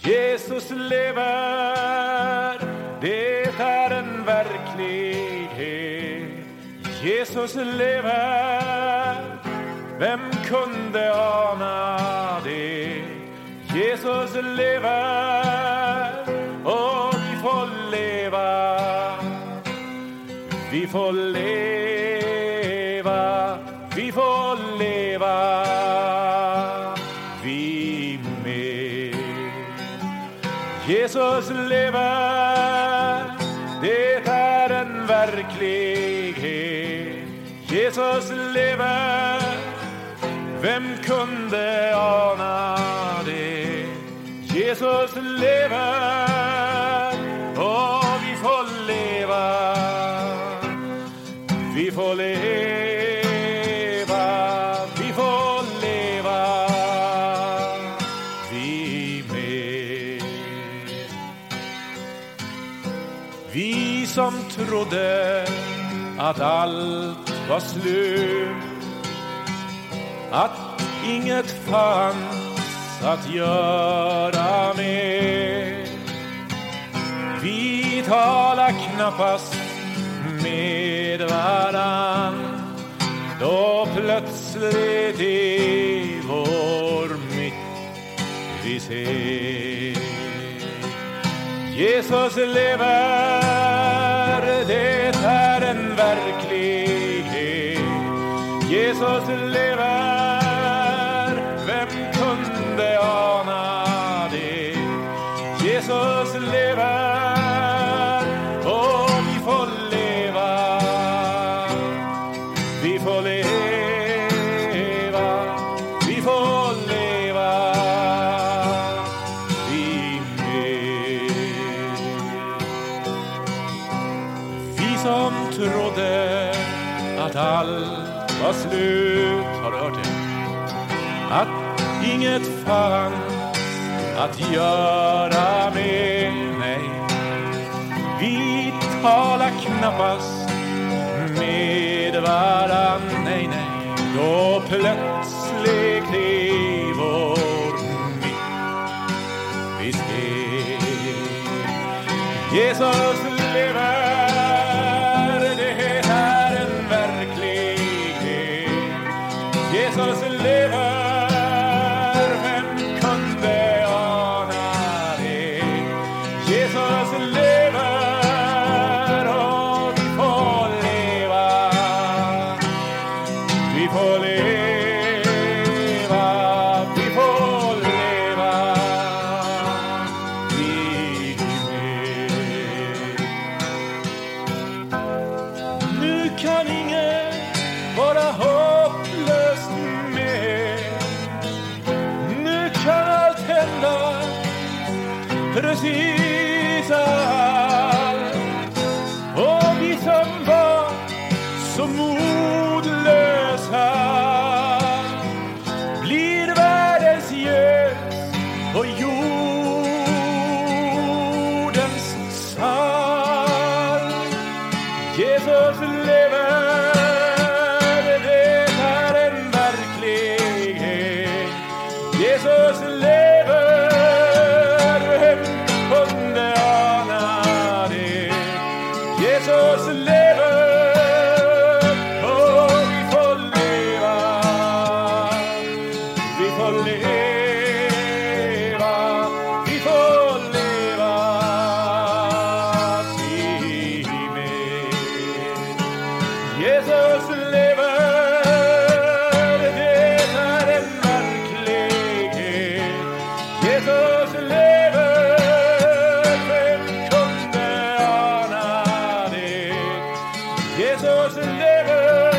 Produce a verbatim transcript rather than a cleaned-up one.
Jesus lever, det är en verklighet. Jesus lever, vem kunde ana det? Jesus lever, och vi får leva. Vi får leva, vi får leva, vi med. Jesus lever, det är en verklighet. Jesus lever, vem kunde ana det? Jesus lever, och vi får leva. Vi får leva, vi får leva, vi med. Vi som trodde att allt var slut, att inget fanns att göra med. Vi talar knappast med varann, då plötsligt i vår mitt vi ser Jesus lever, det är en verklighet. Jesus lever, vem kunde ana det? Jesus lever, och vi får leva. Vi får leva, vi får leva, vi med. Vi som trodde att allt var slut, har du hört det? Att inget fanns att göra med, nej. Vi talar knappast med varann, nej, nej. Då plötsligt i vår mitt vi ser Jesus lever, det är en verklighet. Jesus lever, vem kunde ana det? Jesus lever, och vi får leva. Vi får leva, vi får leva, vi med. Nu kan ingen vara hopplöst mer. Nu kan allt hända, precis allt. Och vi som var så modlösa blir världens ljus och jordens salt. Jesus lever, det är en verklighet. Jesus lever, vem kunde ana det? Jesus lever, och vi får leva. Vi får leva, vi får leva, vi med. Jesus lever, det är en verklighet. Jesus lever, vem kunde ana det? Jesus lever.